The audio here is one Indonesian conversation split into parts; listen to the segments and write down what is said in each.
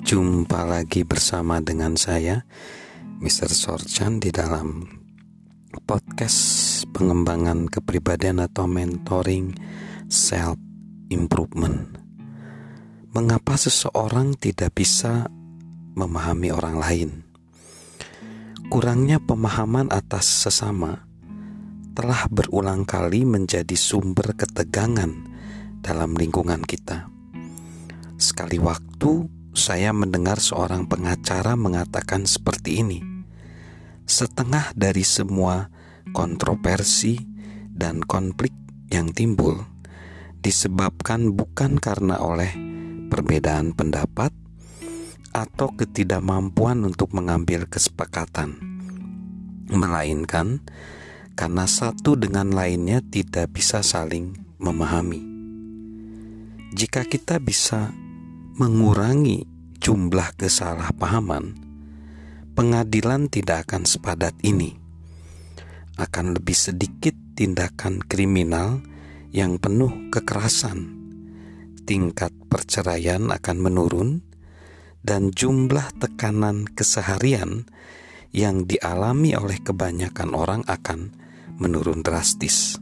Jumpa lagi bersama dengan saya, Mr. Sorchan, di dalam podcast pengembangan kepribadian atau mentoring self improvement. Mengapa seseorang tidak bisa memahami orang lain? Kurangnya pemahaman atas sesama telah berulang kali menjadi sumber ketegangan dalam lingkungan kita. Sekali waktu saya mendengar seorang pengacara mengatakan seperti ini: setengah dari semua kontroversi dan konflik yang timbul disebabkan bukan karena oleh perbedaan pendapat atau ketidakmampuan untuk mengambil kesepakatan, melainkan karena satu dengan lainnya tidak bisa saling memahami. Jika kita bisa mengurangi jumlah kesalahpahaman, pengadilan tidak akan sepadat ini. Akan lebih sedikit tindakan kriminal yang penuh kekerasan, tingkat perceraian akan menurun, dan jumlah tekanan keseharian yang dialami oleh kebanyakan orang akan menurun drastis.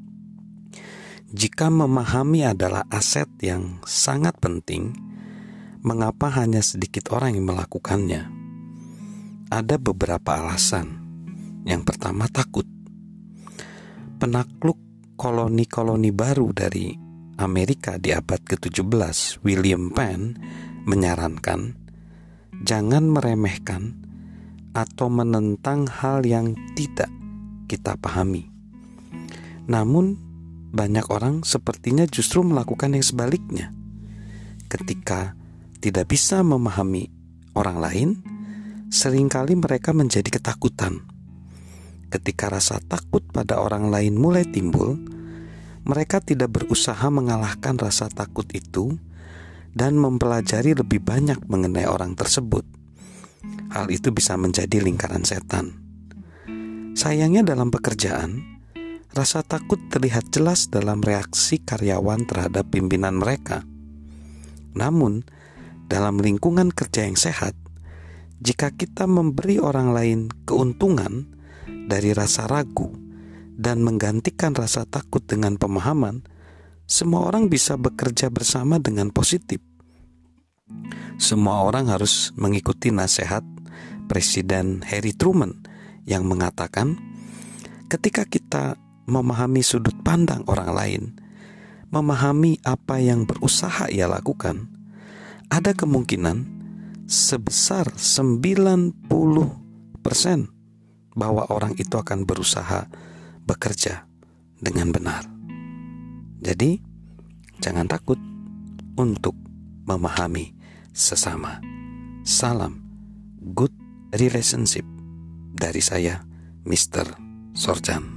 Jika memahami adalah aset yang sangat penting, mengapa hanya sedikit orang yang melakukannya? Ada beberapa alasan. Yang pertama, takut. Penakluk koloni-koloni baru dari Amerika di abad ke-17, William Penn, menyarankan jangan meremehkan atau menentang hal yang tidak kita pahami. Namun, banyak orang sepertinya justru melakukan yang sebaliknya. Ketika tidak bisa memahami orang lain, seringkali mereka menjadi ketakutan. Ketika rasa takut pada orang lain mulai timbul, mereka tidak berusaha mengalahkan rasa takut itu dan mempelajari lebih banyak mengenai orang tersebut. Hal itu bisa menjadi lingkaran setan. Sayangnya dalam pekerjaan, rasa takut terlihat jelas dalam reaksi karyawan terhadap pimpinan mereka. Namun, dalam lingkungan kerja yang sehat, jika kita memberi orang lain keuntungan dari rasa ragu dan menggantikan rasa takut dengan pemahaman, semua orang bisa bekerja bersama dengan positif. Semua orang harus mengikuti nasihat Presiden Harry Truman yang mengatakan, ketika kita memahami sudut pandang orang lain, memahami apa yang berusaha ia lakukan, ada kemungkinan sebesar 90% bahwa orang itu akan berusaha bekerja dengan benar. Jadi, jangan takut untuk memahami sesama. Salam good relationship dari saya, Mr. Sorchan.